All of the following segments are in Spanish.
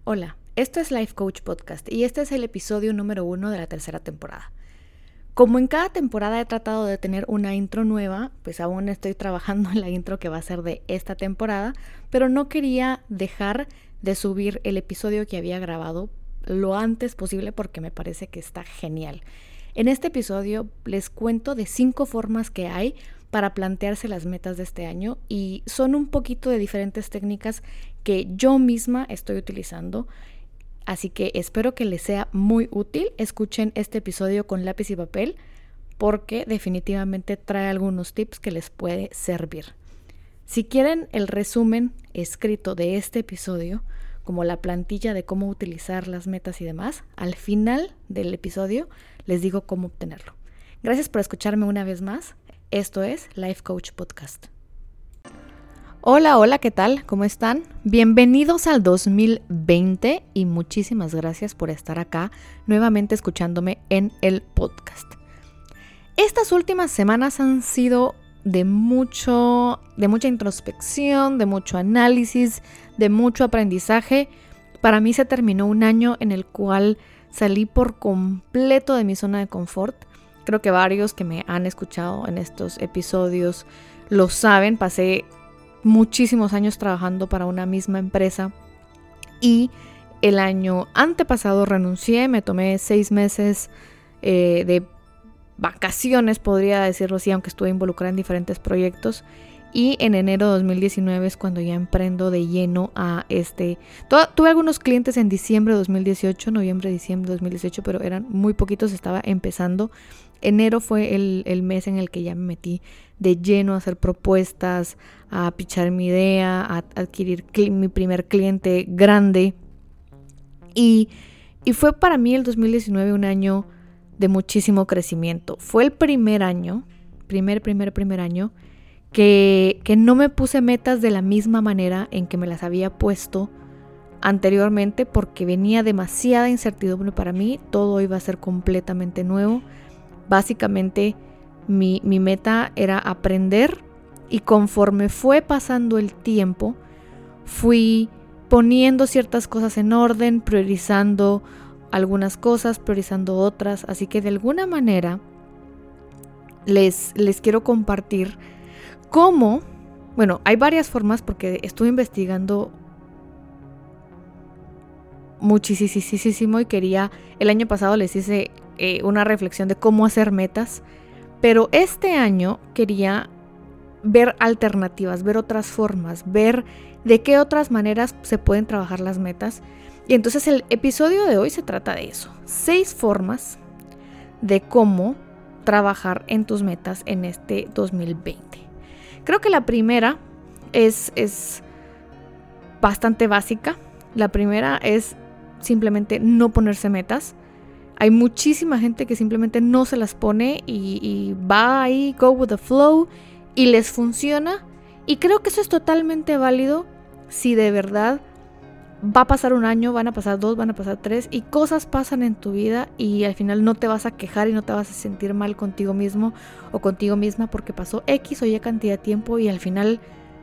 Hola, esto es Life Coach Podcast y este es el episodio número 1 de la tercera temporada. Como en cada temporada he tratado de tener una intro nueva, pues aún estoy trabajando en la intro que va a ser de esta temporada, pero no quería dejar de subir el episodio que había grabado lo antes posible porque me parece que está genial. En este episodio les cuento de 5 formas que hay para plantearse las metas de este año y son un poquito de diferentes técnicas que yo misma estoy utilizando, así que espero que les sea muy útil. Escuchen este episodio con lápiz y papel porque definitivamente trae algunos tips que les puede servir. Si quieren el resumen escrito de este episodio, como la plantilla de cómo utilizar las metas y demás, al final del episodio les digo cómo obtenerlo. Gracias por escucharme una vez más. Esto es Life Coach Podcast. Hola, ¿qué tal? ¿Cómo están? Bienvenidos al 2020 y muchísimas gracias por estar acá nuevamente escuchándome en el podcast. Estas últimas semanas han sido de mucha introspección, de mucho análisis, de mucho aprendizaje. Para mí se terminó un año en el cual salí por completo de mi zona de confort. Creo que varios que me han escuchado en estos episodios lo saben. Pasé muchísimos años trabajando para una misma empresa y el año antepasado renuncié. Me tomé 6 meses de vacaciones, podría decirlo así, aunque estuve involucrada en diferentes proyectos. Y en enero de 2019 es cuando ya emprendo de lleno a Tuve algunos clientes en diciembre de 2018, noviembre, diciembre de 2018, pero eran muy poquitos, estaba empezando. Enero fue el mes en el que ya me metí de lleno a hacer propuestas, a pitchar mi idea, a adquirir mi primer cliente grande. Y fue para mí el 2019 un año de muchísimo crecimiento. Fue el primer año, primer año, que no me puse metas de la misma manera en que me las había puesto anteriormente porque venía demasiada incertidumbre para mí. Todo iba a ser completamente nuevo. Básicamente mi meta era aprender y conforme fue pasando el tiempo fui poniendo ciertas cosas en orden, priorizando algunas cosas, priorizando otras. Así que de alguna manera les quiero compartir cómo, hay varias formas porque estuve investigando muchísimo y el año pasado les hice una reflexión de cómo hacer metas, pero este año quería ver alternativas, ver otras formas, ver de qué otras maneras se pueden trabajar las metas. Y entonces el episodio de hoy se trata de eso, 6 formas de cómo trabajar en tus metas en este 2020. Creo que la primera es bastante básica. La primera es simplemente no ponerse metas. Hay muchísima gente que simplemente no se las pone y va ahí, go with the flow, y les funciona. Y creo que eso es totalmente válido si de verdad va a pasar un año, van a pasar 2, van a pasar 3 y cosas pasan en tu vida y al final no te vas a quejar y no te vas a sentir mal contigo mismo o contigo misma porque pasó X o Y cantidad de tiempo y al final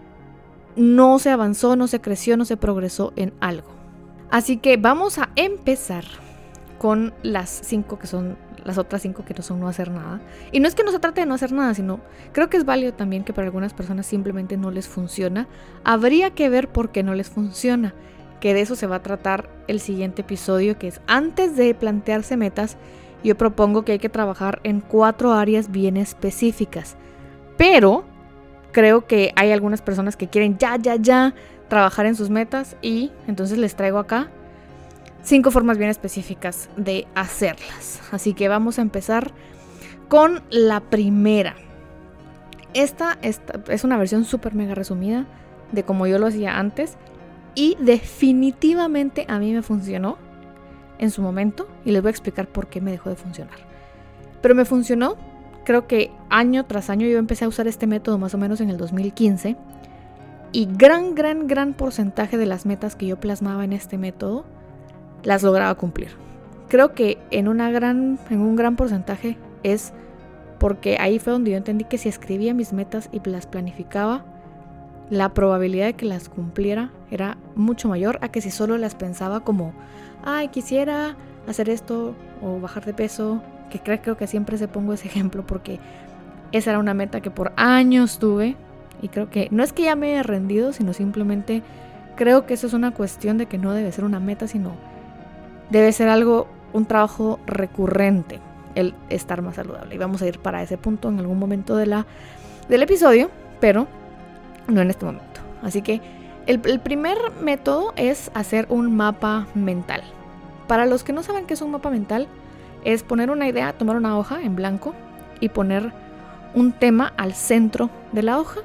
no se avanzó, no se creció, no se progresó en algo. Así que vamos a empezar con las 5 que son las otras 5 que no son no hacer nada. Y no es que no se trate de no hacer nada, sino creo que es válido también que para algunas personas simplemente no les funciona. Habría que ver por qué no les funciona, que de eso se va a tratar el siguiente episodio, que es antes de plantearse metas. Yo propongo que hay que trabajar en 4 áreas bien específicas, pero creo que hay algunas personas que quieren ya trabajar en sus metas y entonces les traigo acá 5 formas bien específicas de hacerlas. Así que vamos a empezar con la primera. Esta es una versión súper mega resumida de como yo lo hacía antes y definitivamente a mí me funcionó en su momento y les voy a explicar por qué me dejó de funcionar. Pero me funcionó, creo que año tras año. Yo empecé a usar este método más o menos en el 2015 y gran porcentaje de las metas que yo plasmaba en este método las lograba cumplir. Creo que en un gran porcentaje es porque ahí fue donde yo entendí que si escribía mis metas y las planificaba, la probabilidad de que las cumpliera era mucho mayor a que si solo las pensaba como, ay, quisiera hacer esto o bajar de peso, que creo que siempre se pongo ese ejemplo porque esa era una meta que por años tuve y creo que no es que ya me haya rendido, sino simplemente creo que eso es una cuestión de que no debe ser una meta, sino debe ser algo, un trabajo recurrente, el estar más saludable. Y vamos a ir para ese punto en algún momento del episodio, pero no en este momento. Así que el primer método es hacer un mapa mental. Para los que no saben qué es un mapa mental, es poner una idea, tomar una hoja en blanco y poner un tema al centro de la hoja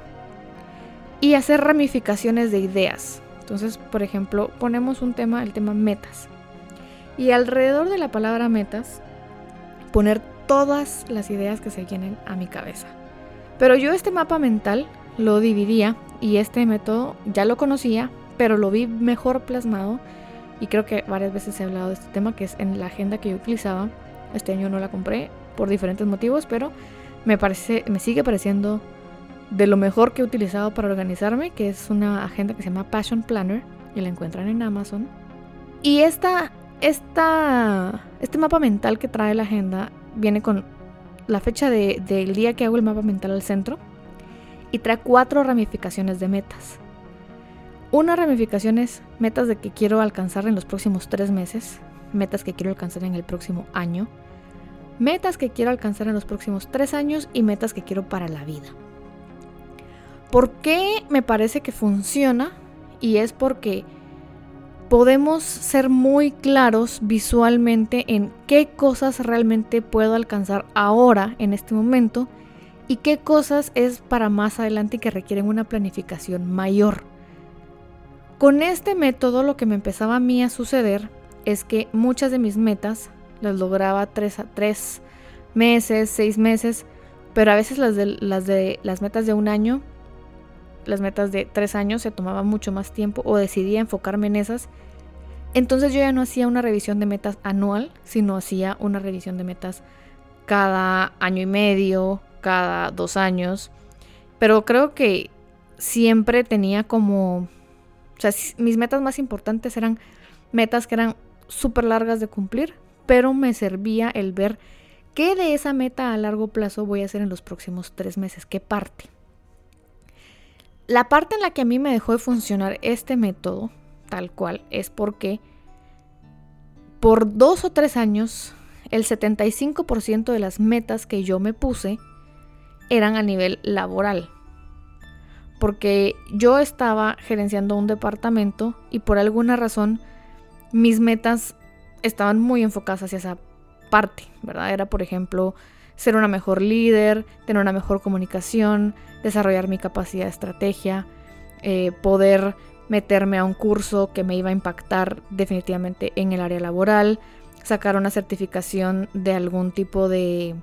y hacer ramificaciones de ideas. Entonces, por ejemplo, ponemos un tema, el tema metas. Y alrededor de la palabra metas, poner todas las ideas que se vienen a mi cabeza. Pero yo este mapa mental lo dividía y este método ya lo conocía, pero lo vi mejor plasmado y creo que varias veces he hablado de este tema, que es en la agenda que yo utilizaba. Este año no la compré por diferentes motivos, pero me sigue pareciendo de lo mejor que he utilizado para organizarme, que es una agenda que se llama Passion Planner y la encuentran en Amazon. Y este mapa mental que trae la agenda viene con la fecha del día que hago el mapa mental al centro y trae 4 ramificaciones de metas. Una ramificación es metas de que quiero alcanzar en los próximos 3 meses, metas que quiero alcanzar en el próximo año, metas que quiero alcanzar en los próximos 3 años y metas que quiero para la vida. ¿Por qué me parece que funciona? Y es porque podemos ser muy claros visualmente en qué cosas realmente puedo alcanzar ahora, en este momento, y qué cosas es para más adelante y que requieren una planificación mayor. Con este método lo que me empezaba a mí a suceder es que muchas de mis metas las lograba 3 meses, 6 meses, pero a veces las metas de un año, las metas de 3 años se tomaba mucho más tiempo o decidía enfocarme en esas. Entonces yo ya no hacía una revisión de metas anual, sino hacía una revisión de metas cada año y medio, cada 2 años. Pero creo que siempre tenía como... O sea, mis metas más importantes eran metas que eran súper largas de cumplir, pero me servía el ver qué de esa meta a largo plazo voy a hacer en los próximos 3 meses, qué parte. La parte en la que a mí me dejó de funcionar este método, tal cual, es porque por 2 o 3 años, el 75% de las metas que yo me puse eran a nivel laboral. Porque yo estaba gerenciando un departamento y por alguna razón mis metas estaban muy enfocadas hacia esa parte, ¿verdad? Era, por ejemplo, ser una mejor líder, tener una mejor comunicación, desarrollar mi capacidad de estrategia, poder meterme a un curso que me iba a impactar definitivamente en el área laboral, sacar una certificación de algún tipo de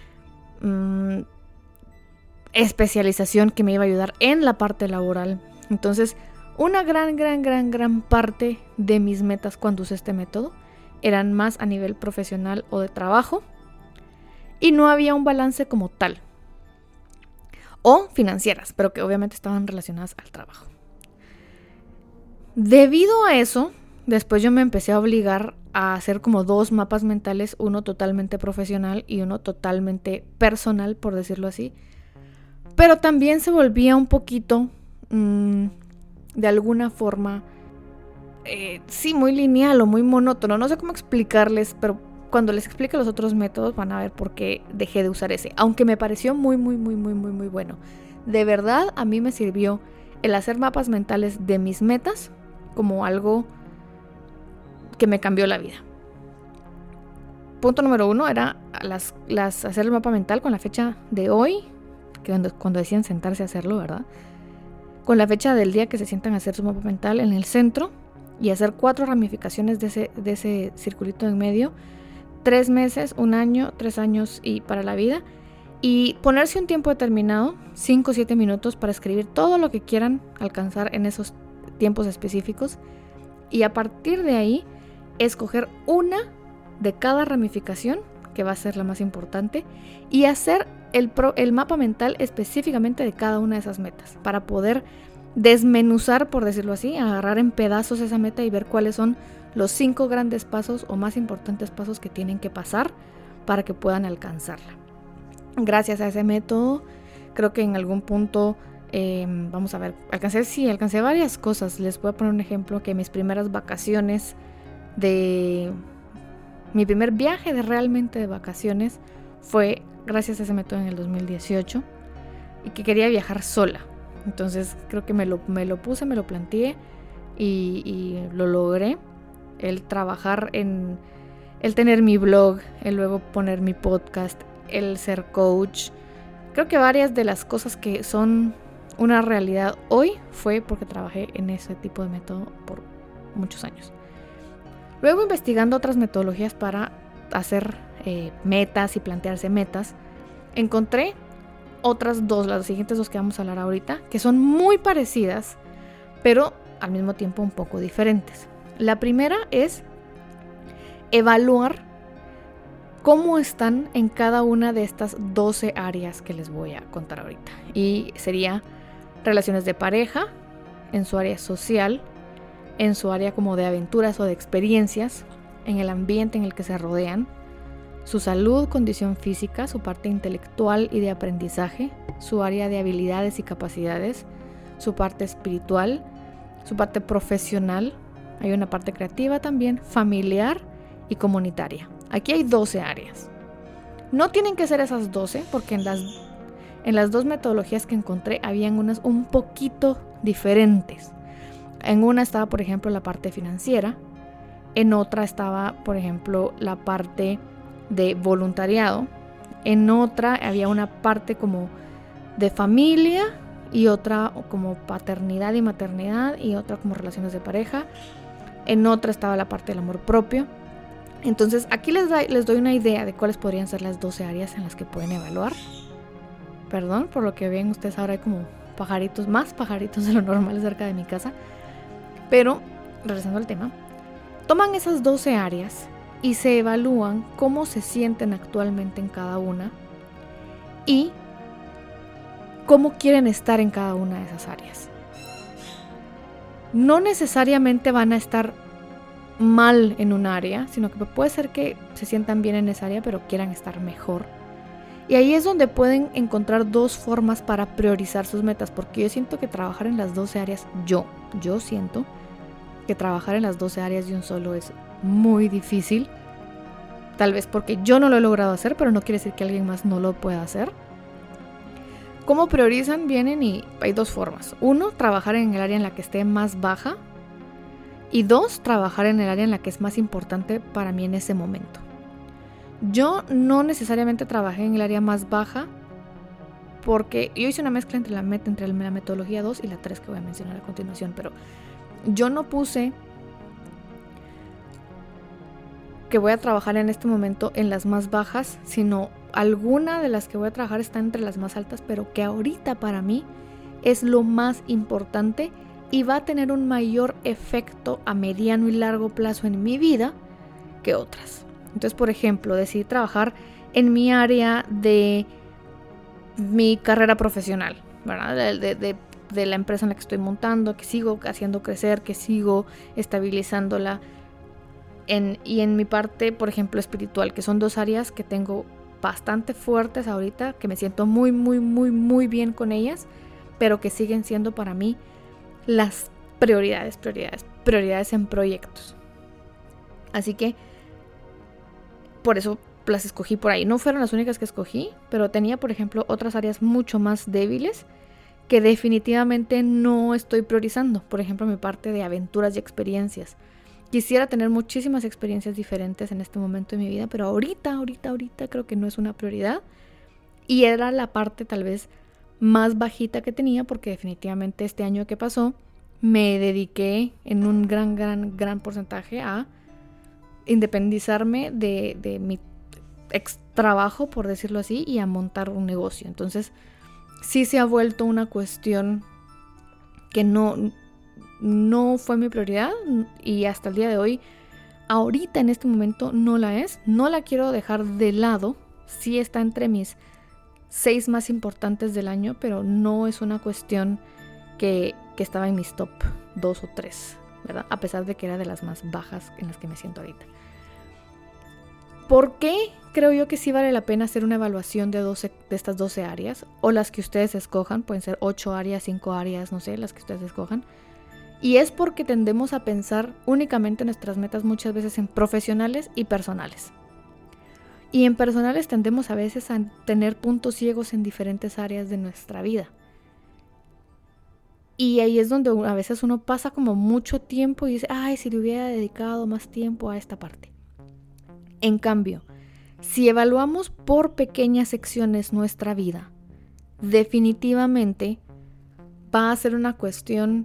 especialización que me iba a ayudar en la parte laboral. Entonces, una gran parte de mis metas cuando usé este método eran más a nivel profesional o de trabajo y no había un balance como tal. O financieras, pero que obviamente estaban relacionadas al trabajo. Debido a eso, después yo me empecé a obligar a hacer como 2 mapas mentales, uno totalmente profesional y uno totalmente personal, por decirlo así. Pero también se volvía un poquito, de alguna forma, sí, muy lineal o muy monótono. No sé cómo explicarles, pero cuando les explique los otros métodos van a ver por qué dejé de usar ese. Aunque me pareció muy bueno. De verdad, a mí me sirvió el hacer mapas mentales de mis metas como algo que me cambió la vida. Punto número 1 era hacer el mapa mental con la fecha de hoy, que cuando decían sentarse a hacerlo, ¿verdad? Con la fecha del día que se sientan a hacer su mapa mental en el centro y hacer 4 ramificaciones de ese circulito en medio, 3 meses, 1 año, 3 años y para la vida, y ponerse un tiempo determinado, 5 o 7 minutos, para escribir todo lo que quieran alcanzar en esos tiempos específicos, y a partir de ahí escoger una de cada ramificación, que va a ser la más importante, y hacer el mapa mental específicamente de cada una de esas metas, para poder desmenuzar, por decirlo así, agarrar en pedazos esa meta y ver cuáles son los 5 grandes pasos o más importantes pasos que tienen que pasar para que puedan alcanzarla. Gracias a ese método, creo que en algún punto, vamos a ver, alcancé varias cosas. Les voy a poner un ejemplo, que mis primeras vacaciones mi primer viaje realmente de vacaciones fue gracias a ese método en el 2018 y que quería viajar sola. Entonces creo que me lo planteé y lo logré. El trabajar el tener mi blog, el luego poner mi podcast, el ser coach. Creo que varias de las cosas que son una realidad hoy fue porque trabajé en ese tipo de método por muchos años. Luego, investigando otras metodologías para hacer metas y plantearse metas, encontré otras dos, las siguientes dos que vamos a hablar ahorita, que son muy parecidas, pero al mismo tiempo un poco diferentes. La primera es evaluar cómo están en cada una de estas 12 áreas que les voy a contar ahorita. Y sería relaciones de pareja, en su área social, en su área como de aventuras o de experiencias, en el ambiente en el que se rodean, su salud, condición física, su parte intelectual y de aprendizaje, su área de habilidades y capacidades, su parte espiritual, su parte profesional, hay una parte creativa también, familiar y comunitaria. Aquí hay 12 áreas. No tienen que ser esas 12 porque en las dos metodologías que encontré habían unas un poquito diferentes. En una estaba, por ejemplo, la parte financiera. En otra estaba, por ejemplo, la parte de voluntariado. En otra había una parte como de familia y otra como paternidad y maternidad y otra como relaciones de pareja. En otra estaba la parte del amor propio. Entonces aquí les doy una idea de cuáles podrían ser las 12 áreas en las que pueden evaluar. Perdón, por lo que ven ustedes ahora hay como más pajaritos de lo normal cerca de mi casa. Pero, regresando al tema, toman esas 12 áreas y se evalúan cómo se sienten actualmente en cada una y cómo quieren estar en cada una de esas áreas. No necesariamente van a estar mal en un área, sino que puede ser que se sientan bien en esa área, pero quieran estar mejor. Y ahí es donde pueden encontrar dos formas para priorizar sus metas, porque yo siento que trabajar en las 12 áreas, yo siento que trabajar en las 12 áreas de un solo es muy difícil. Tal vez porque yo no lo he logrado hacer, pero no quiere decir que alguien más no lo pueda hacer. ¿Cómo priorizan? Vienen y hay dos formas. 1, trabajar en el área en la que esté más baja. Y 2, trabajar en el área en la que es más importante para mí en ese momento. Yo no necesariamente trabajé en el área más baja porque yo hice una mezcla entre la metodología 2 y la 3 que voy a mencionar a continuación, pero yo no puse que voy a trabajar en este momento en las más bajas, sino alguna de las que voy a trabajar está entre las más altas, pero que ahorita para mí es lo más importante y va a tener un mayor efecto a mediano y largo plazo en mi vida que otras. Entonces, por ejemplo, decidí trabajar en mi área de mi carrera profesional, ¿verdad? De la empresa en la que estoy montando, que sigo haciendo crecer, que sigo estabilizándola. Y en mi parte, por ejemplo, espiritual, que son 2 áreas que tengo bastante fuertes ahorita, que me siento muy, muy, muy, muy bien con ellas, pero que siguen siendo para mí las prioridades en proyectos. Así que por eso las escogí por ahí. No fueron las únicas que escogí, pero tenía, por ejemplo, otras áreas mucho más débiles que definitivamente no estoy priorizando. Por ejemplo, mi parte de aventuras y experiencias. Quisiera tener muchísimas experiencias diferentes en este momento de mi vida, pero ahorita creo que no es una prioridad. Y era la parte tal vez más bajita que tenía, porque definitivamente este año que pasó me dediqué en un gran porcentaje a independizarme de mi ex trabajo, por decirlo así, y a montar un negocio. Entonces sí se ha vuelto una cuestión que no fue mi prioridad y hasta el día de hoy, ahorita en este momento no la es. No la quiero dejar de lado. Sí está entre mis 6 más importantes del año, pero no es una cuestión que estaba en mis top 2 o 3, ¿verdad? A pesar de que era de las más bajas en las que me siento ahorita. ¿Por qué creo yo que sí vale la pena hacer una evaluación de estas 12 áreas? O las que ustedes escojan, pueden ser 8 áreas, 5 áreas, no sé, las que ustedes escojan. Y es porque tendemos a pensar únicamente en nuestras metas muchas veces en profesionales y personales. Y en personales tendemos a veces a tener puntos ciegos en diferentes áreas de nuestra vida. Y ahí es donde a veces uno pasa como mucho tiempo y dice, ay, si le hubiera dedicado más tiempo a esta parte. En cambio, si evaluamos por pequeñas secciones nuestra vida, definitivamente va a ser una cuestión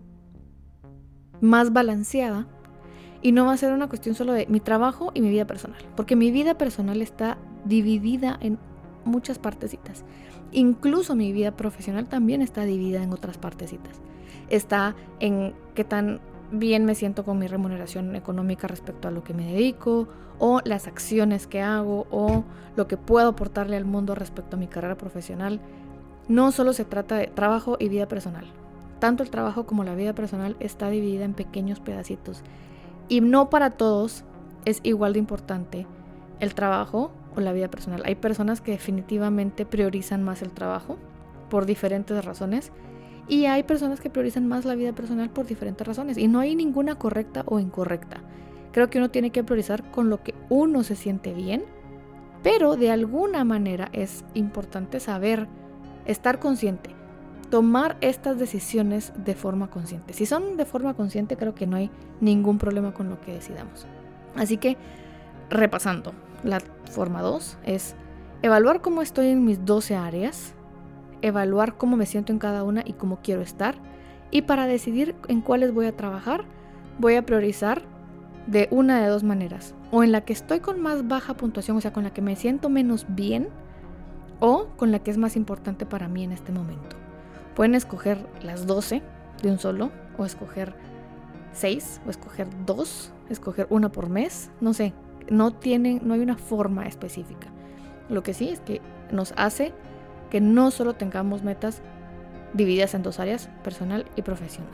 más balanceada y no va a ser una cuestión solo de mi trabajo y mi vida personal, porque mi vida personal está dividida en muchas partecitas. Incluso mi vida profesional también está dividida en otras partecitas. Está en qué tan bien me siento con mi remuneración económica respecto a lo que me dedico, o las acciones que hago, o lo que puedo aportarle al mundo respecto a mi carrera profesional. No solo se trata de trabajo y vida personal. Tanto el trabajo como la vida personal está dividida en pequeños pedacitos. Y no para todos es igual de importante el trabajo o la vida personal. Hay personas que definitivamente priorizan más el trabajo por diferentes razones. Y hay personas que priorizan más la vida personal por diferentes razones. Y no hay ninguna correcta o incorrecta. Creo que uno tiene que priorizar con lo que uno se siente bien. Pero de alguna manera es importante saber, estar consciente. Tomar estas decisiones de forma consciente. Si son de forma consciente, creo que no hay ningún problema con lo que decidamos. Así que, repasando, la forma 2 es evaluar cómo estoy en mis 12 áreas. Evaluar cómo me siento en cada una y cómo quiero estar. Y para decidir en cuáles voy a trabajar, voy a priorizar de una de dos maneras. O en la que estoy con más baja puntuación, o sea, con la que me siento menos bien, o con la que es más importante para mí en este momento. Pueden escoger las 12 de un solo, o escoger 6, o escoger 2, escoger una por mes, no sé. No hay una forma específica. Lo que sí es que nos hace que no solo tengamos metas divididas en dos áreas, personal y profesional.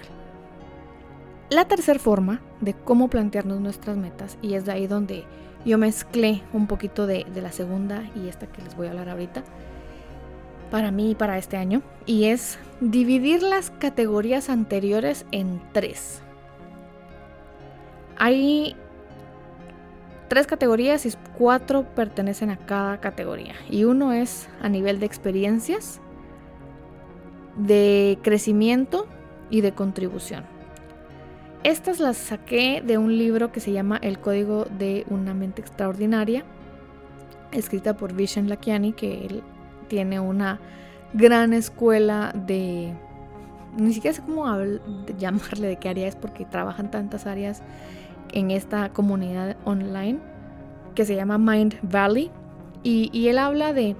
La tercera forma de cómo plantearnos nuestras metas, y es de ahí donde yo mezclé un poquito de la segunda y esta que les voy a hablar ahorita, para mí y para este año, y es dividir las categorías anteriores en 3. Hay 3 categorías y 4 pertenecen a cada categoría. Y uno es a nivel de experiencias, de crecimiento y de contribución. Estas las saqué de un libro que se llama El Código de una Mente Extraordinaria, escrita por Vishen Lakhiani, que él tiene una gran escuela de... Ni siquiera sé cómo llamarle de qué área es, porque trabajan tantas áreas en esta comunidad online que se llama Mind Valley, y él habla de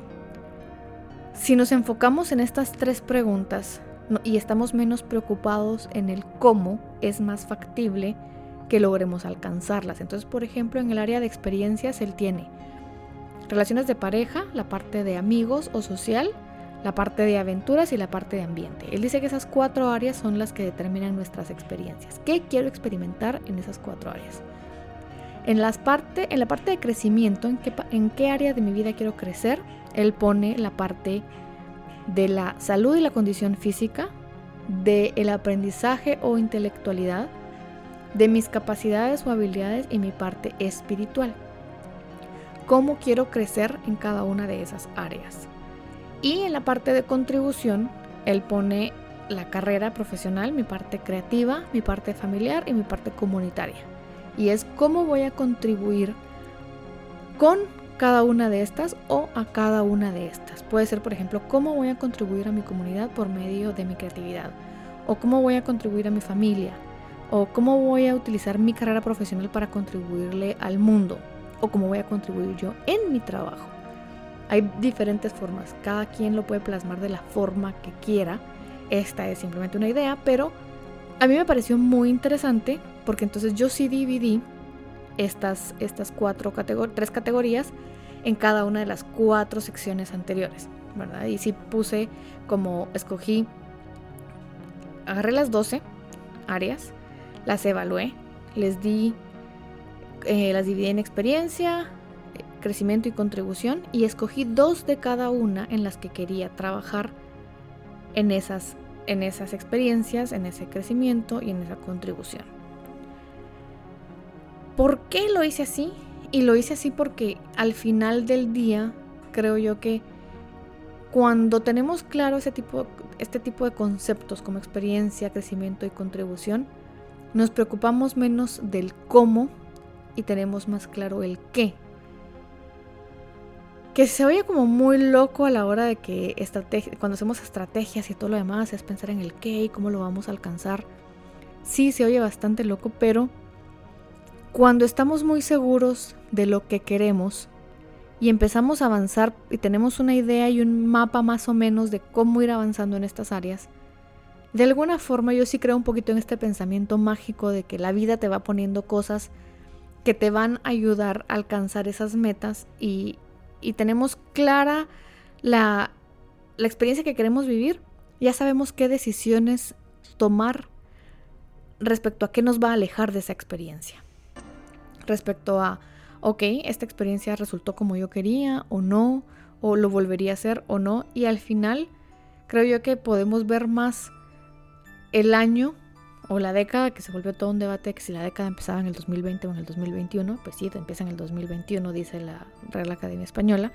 si nos enfocamos en estas 3 preguntas y estamos menos preocupados en el cómo, es más factible que logremos alcanzarlas. Entonces, por ejemplo, en el área de experiencias él tiene relaciones de pareja, la parte de amigos o social, la parte de aventuras y la parte de ambiente. Él dice que esas 4 áreas son las que determinan nuestras experiencias. ¿Qué quiero experimentar en esas 4 áreas? En la parte de crecimiento, ¿en qué área de mi vida quiero crecer? Él pone la parte de la salud y la condición física, del aprendizaje o intelectualidad, de mis capacidades o habilidades y mi parte espiritual. ¿Cómo quiero crecer en cada una de esas áreas? Y en la parte de contribución, él pone la carrera profesional, mi parte creativa, mi parte familiar y mi parte comunitaria. Y es cómo voy a contribuir con cada una de estas o a cada una de estas. Puede ser, por ejemplo, cómo voy a contribuir a mi comunidad por medio de mi creatividad, o cómo voy a contribuir a mi familia, o cómo voy a utilizar mi carrera profesional para contribuirle al mundo, o cómo voy a contribuir yo en mi trabajo. Hay diferentes formas, cada quien lo puede plasmar de la forma que quiera. Esta es simplemente una idea, pero a mí me pareció muy interesante porque entonces yo sí dividí estas 3 categorías en cada una de las 4 secciones anteriores, ¿verdad? Y sí puse como escogí agarré las 12 áreas, las evalué, las dividí en experiencia, crecimiento y contribución, y escogí 2 de cada una en las que quería trabajar en esas experiencias, en ese crecimiento y en esa contribución. ¿Por qué lo hice así? Y lo hice así porque al final del día creo yo que cuando tenemos claro este tipo de conceptos como experiencia, crecimiento y contribución, nos preocupamos menos del cómo y tenemos más claro el qué. Que se oye como muy loco a la hora de que cuando hacemos estrategias y todo lo demás es pensar en el qué y cómo lo vamos a alcanzar. Sí, se oye bastante loco, pero cuando estamos muy seguros de lo que queremos y empezamos a avanzar y tenemos una idea y un mapa más o menos de cómo ir avanzando en estas áreas, de alguna forma yo sí creo un poquito en este pensamiento mágico de que la vida te va poniendo cosas que te van a ayudar a alcanzar esas metas y tenemos clara la experiencia que queremos vivir, ya sabemos qué decisiones tomar respecto a qué nos va a alejar de esa experiencia. Respecto a, ok, esta experiencia resultó como yo quería o no, o lo volvería a hacer o no, y al final creo yo que podemos ver más el año o la década, que se volvió todo un debate, que si la década empezaba en el 2020 o en el 2021, pues sí, empieza en el 2021, dice la Real Academia Española.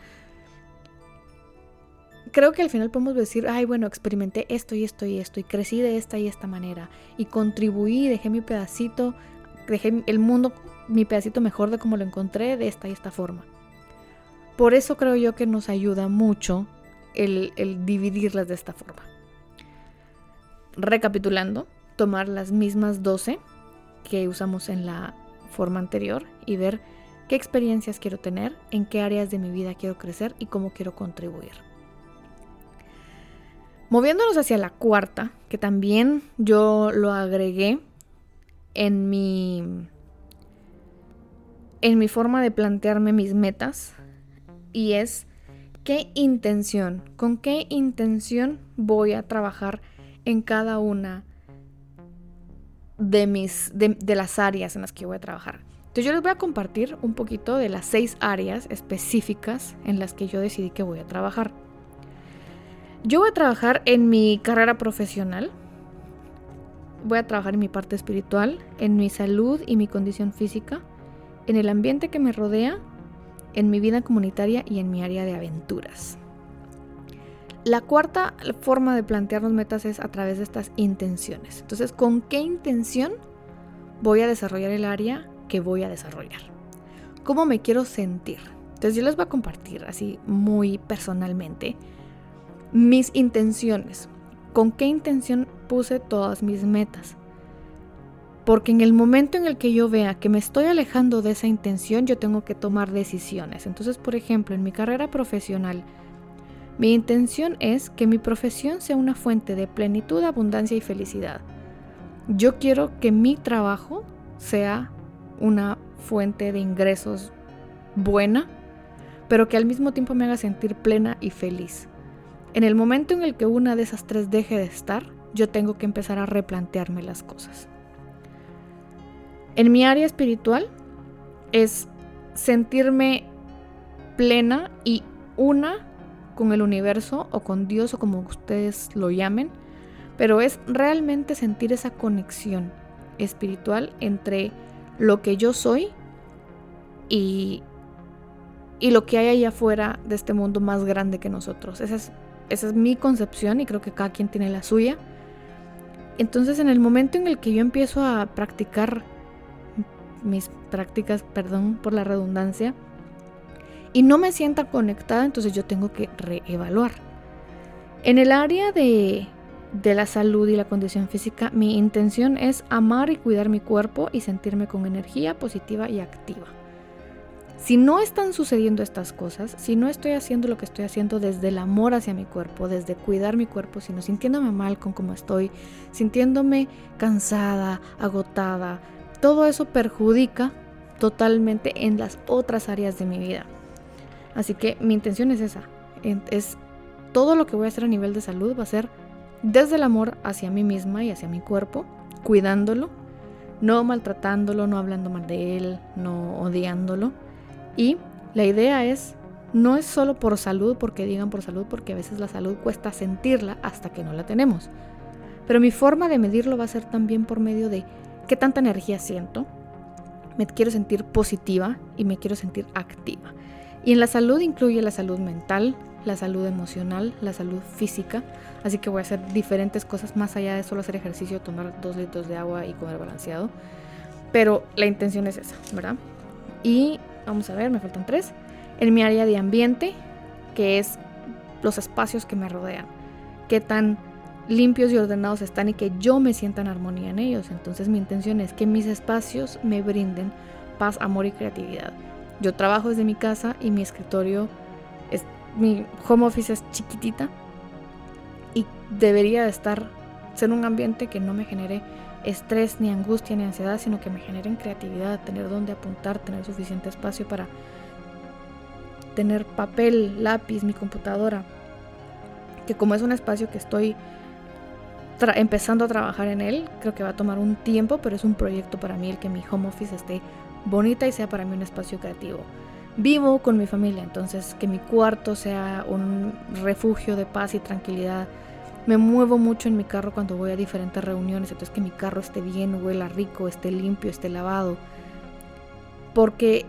Creo que al final podemos decir, ay, bueno, experimenté esto y esto y esto, y crecí de esta y esta manera, y contribuí, dejé mi pedacito, dejé el mundo, mi pedacito mejor de como lo encontré, de esta y esta forma. Por eso creo yo que nos ayuda mucho el dividirlas de esta forma. Recapitulando, tomar las mismas 12 que usamos en la forma anterior y ver qué experiencias quiero tener, en qué áreas de mi vida quiero crecer y cómo quiero contribuir. Moviéndonos hacia la cuarta, que también yo lo agregué en mi forma de plantearme mis metas, y es con qué intención voy a trabajar en cada una de las áreas en las que voy a trabajar. Entonces yo les voy a compartir un poquito de las 6 áreas específicas en las que yo decidí que voy a trabajar. Yo voy a trabajar en mi carrera profesional, voy a trabajar en mi parte espiritual, en mi salud y mi condición física, en el ambiente que me rodea, en mi vida comunitaria y en mi área de aventuras. La cuarta forma de plantearnos metas es a través de estas intenciones. Entonces, ¿con qué intención voy a desarrollar el área que voy a desarrollar? ¿Cómo me quiero sentir? Entonces, yo les voy a compartir así muy personalmente mis intenciones. ¿Con qué intención puse todas mis metas? Porque en el momento en el que yo vea que me estoy alejando de esa intención, yo tengo que tomar decisiones. Entonces, por ejemplo, en mi carrera profesional, mi intención es que mi profesión sea una fuente de plenitud, abundancia y felicidad. Yo quiero que mi trabajo sea una fuente de ingresos buena, pero que al mismo tiempo me haga sentir plena y feliz. En el momento en el que una de esas 3 deje de estar, yo tengo que empezar a replantearme las cosas. En mi área espiritual es sentirme plena y una con el universo o con Dios o como ustedes lo llamen, pero es realmente sentir esa conexión espiritual entre lo que yo soy y lo que hay allá afuera de este mundo más grande que nosotros. Esa es mi concepción y creo que cada quien tiene la suya. Entonces, en el momento en el que yo empiezo a practicar mis prácticas, perdón por la redundancia, y no me sienta conectada, entonces yo tengo que reevaluar. En el área de la salud y la condición física, mi intención es amar y cuidar mi cuerpo y sentirme con energía positiva y activa. Si no están sucediendo estas cosas, si no estoy haciendo lo que estoy haciendo desde el amor hacia mi cuerpo, desde cuidar mi cuerpo, sino sintiéndome mal con cómo estoy, sintiéndome cansada, agotada, todo eso perjudica totalmente en las otras áreas de mi vida. Así que mi intención es esa, es todo lo que voy a hacer a nivel de salud va a ser desde el amor hacia mí misma y hacia mi cuerpo, cuidándolo, no maltratándolo, no hablando mal de él, no odiándolo. Y la idea no es solo por salud, porque digan por salud, porque a veces la salud cuesta sentirla hasta que no la tenemos. Pero mi forma de medirlo va a ser también por medio de qué tanta energía siento. Me quiero sentir positiva y me quiero sentir activa. Y en la salud incluye la salud mental, la salud emocional, la salud física. Así que voy a hacer diferentes cosas más allá de solo hacer ejercicio, tomar 2 litros de agua y comer balanceado. Pero la intención es esa, ¿verdad? Y vamos a ver, me faltan 3. En mi área de ambiente, que es los espacios que me rodean. Qué tan limpios y ordenados están y que yo me sienta en armonía en ellos. Entonces mi intención es que mis espacios me brinden paz, amor y creatividad. Yo trabajo desde mi casa y mi escritorio, mi home office es chiquitita y debería ser un ambiente que no me genere estrés, ni angustia, ni ansiedad, sino que me generen creatividad, tener dónde apuntar, tener suficiente espacio para tener papel, lápiz, mi computadora, que como es un espacio que estoy empezando a trabajar en él, creo que va a tomar un tiempo, pero es un proyecto para mí el que mi home office esté bonita y sea para mí un espacio creativo. Vivo con mi familia, entonces que mi cuarto sea un refugio de paz y tranquilidad. Me muevo mucho en mi carro cuando voy a diferentes reuniones, entonces que mi carro esté bien, huela rico, esté limpio, esté lavado. Porque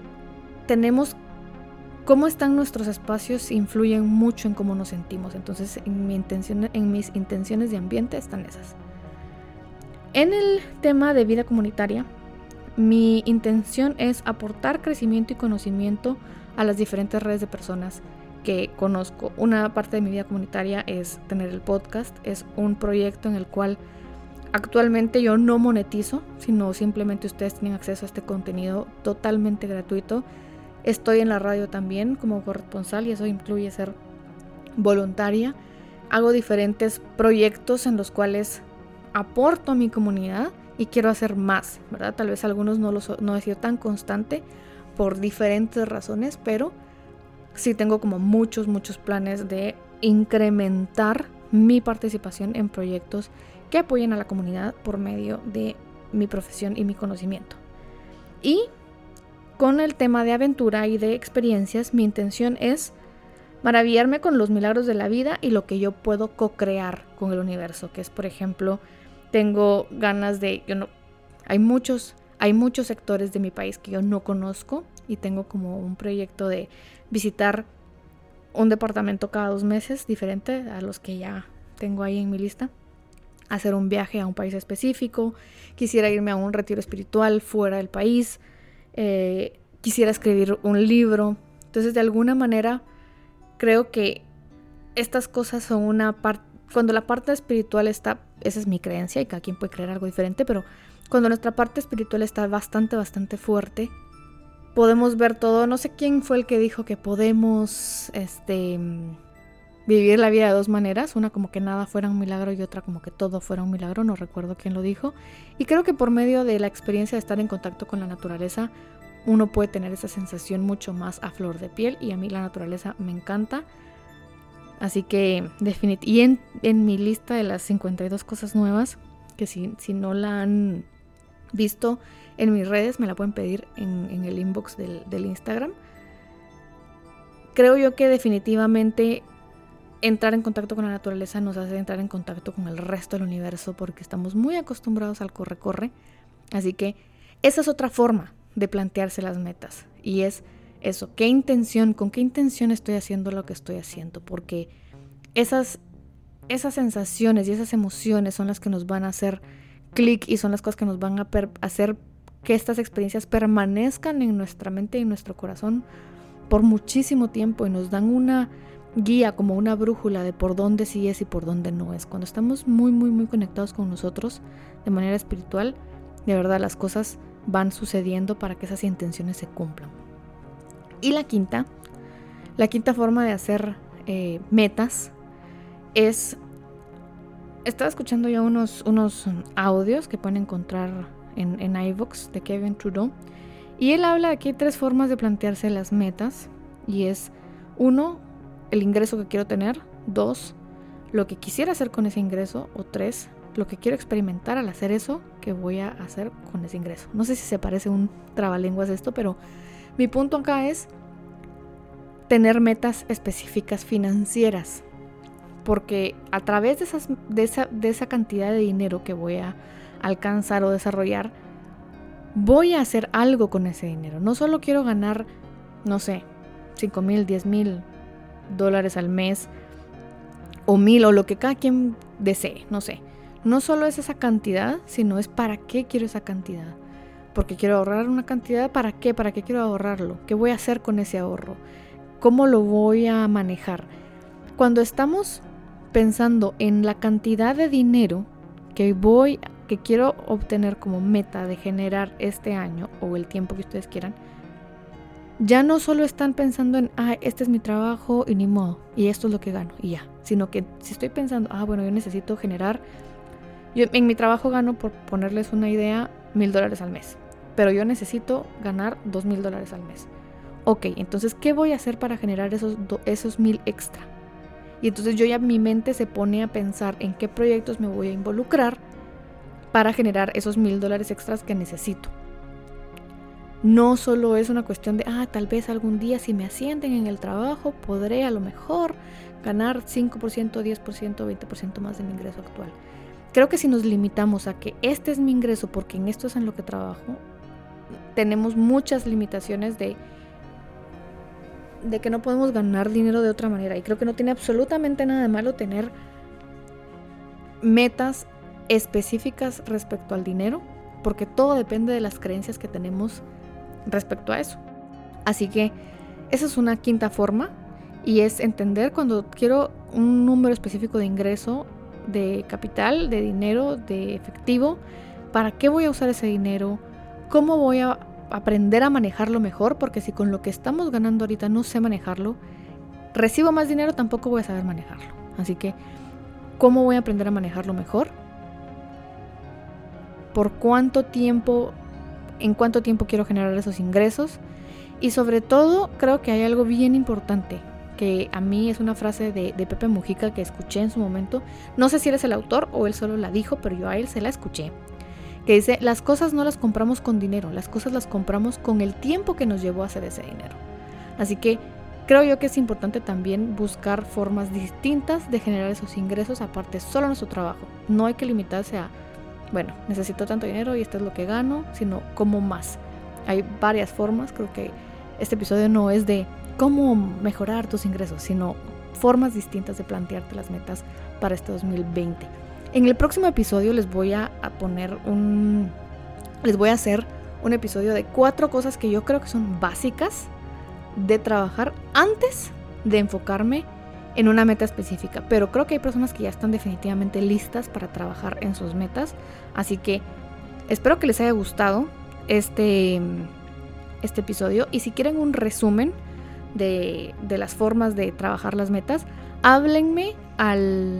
cómo están nuestros espacios influyen mucho en cómo nos sentimos. Entonces en mis intenciones de ambiente están esas. En el tema de vida comunitaria, mi intención es aportar crecimiento y conocimiento a las diferentes redes de personas que conozco. Una parte de mi vida comunitaria es tener el podcast. Es un proyecto en el cual actualmente yo no monetizo, sino simplemente ustedes tienen acceso a este contenido totalmente gratuito. Estoy en la radio también como corresponsal y eso incluye ser voluntaria. Hago diferentes proyectos en los cuales aporto a mi comunidad y quiero hacer más, ¿verdad? Tal vez algunos no he sido tan constante por diferentes razones, pero sí tengo como muchos planes de incrementar mi participación en proyectos que apoyen a la comunidad por medio de mi profesión y mi conocimiento. Y con el tema de aventura y de experiencias, mi intención es maravillarme con los milagros de la vida y lo que yo puedo co-crear con el universo, que es, por ejemplo, tengo ganas de, hay muchos sectores de mi país que yo no conozco y tengo como un proyecto de visitar un departamento cada 2 meses diferente a los que ya tengo ahí en mi lista, hacer un viaje a un país específico, quisiera irme a un retiro espiritual fuera del país, quisiera escribir un libro. Entonces de alguna manera creo que estas cosas son una parte, cuando la parte espiritual está, esa es mi creencia y cada quien puede creer algo diferente, pero cuando nuestra parte espiritual está bastante fuerte, podemos ver todo. No sé quién fue el que dijo que podemos vivir la vida de 2 maneras, una como que nada fuera un milagro y otra como que todo fuera un milagro, no recuerdo quién lo dijo. Y creo que por medio de la experiencia de estar en contacto con la naturaleza, uno puede tener esa sensación mucho más a flor de piel, y a mí la naturaleza me encanta. Así que definitivamente, y en mi lista de las 52 cosas nuevas, que si no la han visto en mis redes, me la pueden pedir en el inbox del Instagram. Creo yo que definitivamente entrar en contacto con la naturaleza nos hace entrar en contacto con el resto del universo, porque estamos muy acostumbrados al corre. Así que esa es otra forma de plantearse las metas, y es eso, con qué intención estoy haciendo lo que estoy haciendo, porque esas sensaciones y esas emociones son las que nos van a hacer clic y son las cosas que nos van a hacer que estas experiencias permanezcan en nuestra mente y en nuestro corazón por muchísimo tiempo, y nos dan una guía, como una brújula de por dónde sí es y por dónde no es. Cuando estamos muy conectados con nosotros de manera espiritual, de verdad las cosas van sucediendo para que esas intenciones se cumplan. Y la quinta forma de hacer metas es, estaba escuchando yo unos audios que pueden encontrar en iVoox de Kevin Trudeau, y él habla de que hay 3 formas de plantearse las metas, y es 1, el ingreso que quiero tener, 2, lo que quisiera hacer con ese ingreso, o 3, lo que quiero experimentar al hacer eso que voy a hacer con ese ingreso. No sé si se parece un trabalenguas esto, pero mi punto acá es tener metas específicas financieras, porque a través de esa cantidad de dinero que voy a alcanzar o desarrollar, voy a hacer algo con ese dinero. No solo quiero ganar, no sé, $5,000, $10,000 al mes, o 1,000, o lo que cada quien desee, no sé. No solo es esa cantidad, sino es para qué quiero esa cantidad. Porque quiero ahorrar una cantidad, ¿para qué? ¿Para qué quiero ahorrarlo? ¿Qué voy a hacer con ese ahorro? ¿Cómo lo voy a manejar? Cuando estamos pensando en la cantidad de dinero que quiero obtener como meta de generar este año o el tiempo que ustedes quieran, ya no solo están pensando en, este es mi trabajo y ni modo, y esto es lo que gano, y ya. Sino que si estoy pensando, bueno, yo necesito generar, yo en mi trabajo gano, por ponerles una idea, $1,000 al mes, pero yo necesito ganar $2,000 al mes. Ok, entonces, ¿qué voy a hacer para generar esos 1,000 extra? Y entonces mi mente se pone a pensar en qué proyectos me voy a involucrar para generar esos $1,000 extras que necesito. No solo es una cuestión de, tal vez algún día si me ascienden en el trabajo, podré a lo mejor ganar 5%, 10%, 20% más de mi ingreso actual. Creo que si nos limitamos a que este es mi ingreso porque en esto es en lo que trabajo, tenemos muchas limitaciones de que no podemos ganar dinero de otra manera. Y creo que no tiene absolutamente nada de malo tener metas específicas respecto al dinero, porque todo depende de las creencias que tenemos respecto a eso. Así que esa es una quinta forma, y es entender cuando quiero un número específico de ingreso, de capital, de dinero, de efectivo, para qué voy a usar ese dinero, cómo voy a aprender a manejarlo mejor, porque si con lo que estamos ganando ahorita no sé manejarlo, recibo más dinero, tampoco voy a saber manejarlo. Así que, ¿cómo voy a aprender a manejarlo mejor? ¿Por cuánto tiempo? ¿En cuánto tiempo quiero generar esos ingresos? Y sobre todo, creo que hay algo bien importante, que a mí es una frase de Pepe Mujica que escuché en su momento. No sé si él es el autor o él solo la dijo, pero yo a él se la escuché. Que dice, las cosas no las compramos con dinero, las cosas las compramos con el tiempo que nos llevó a hacer ese dinero. Así que creo yo que es importante también buscar formas distintas de generar esos ingresos, aparte solo de nuestro trabajo. No hay que limitarse a, necesito tanto dinero y esto es lo que gano, sino cómo más. Hay varias formas. Creo que este episodio no es de cómo mejorar tus ingresos, sino formas distintas de plantearte las metas para este 2020. En el próximo episodio les voy a hacer un episodio de 4 cosas que yo creo que son básicas de trabajar antes de enfocarme en una meta específica. Pero creo que hay personas que ya están definitivamente listas para trabajar en sus metas. Así que espero que les haya gustado este episodio. Y si quieren un resumen de las formas de trabajar las metas, háblenme al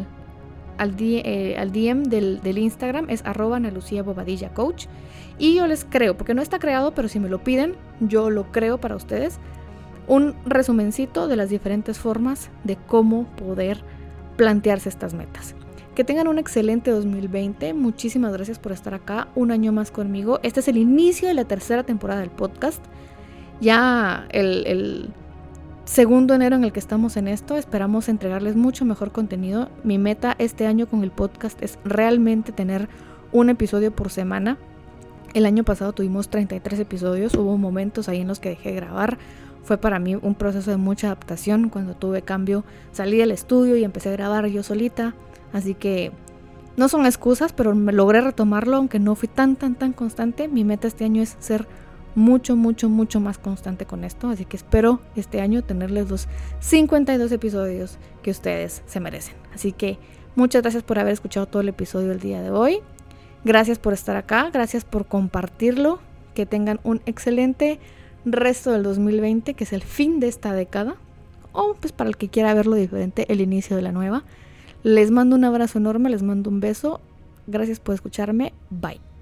DM del Instagram, es @AnaLuciaBobadillaCoach, y yo les creo, porque no está creado, pero si me lo piden, yo lo creo para ustedes, un resumencito de las diferentes formas de cómo poder plantearse estas metas. Que tengan un excelente 2020, muchísimas gracias por estar acá, un año más conmigo. Este es el inicio de la 3ª temporada del podcast, ya el 2 de enero en el que estamos en esto. Esperamos entregarles mucho mejor contenido. Mi meta este año con el podcast es realmente tener un episodio por semana. El año pasado tuvimos 33 episodios, hubo momentos ahí en los que dejé de grabar. Fue para mí un proceso de mucha adaptación. Cuando tuve cambio, salí del estudio y empecé a grabar yo solita. Así que no son excusas, pero me logré retomarlo, aunque no fui tan constante. Mi meta este año es ser mucho más constante con esto. Así que espero este año tenerles los 52 episodios que ustedes se merecen. Así que muchas gracias por haber escuchado todo el episodio del día de hoy. Gracias por estar acá, gracias por compartirlo. Que tengan un excelente resto del 2020, que es el fin de esta década, o pues para el que quiera verlo diferente, el inicio de la nueva. Les mando un abrazo enorme, les mando un beso. Gracias por escucharme. Bye.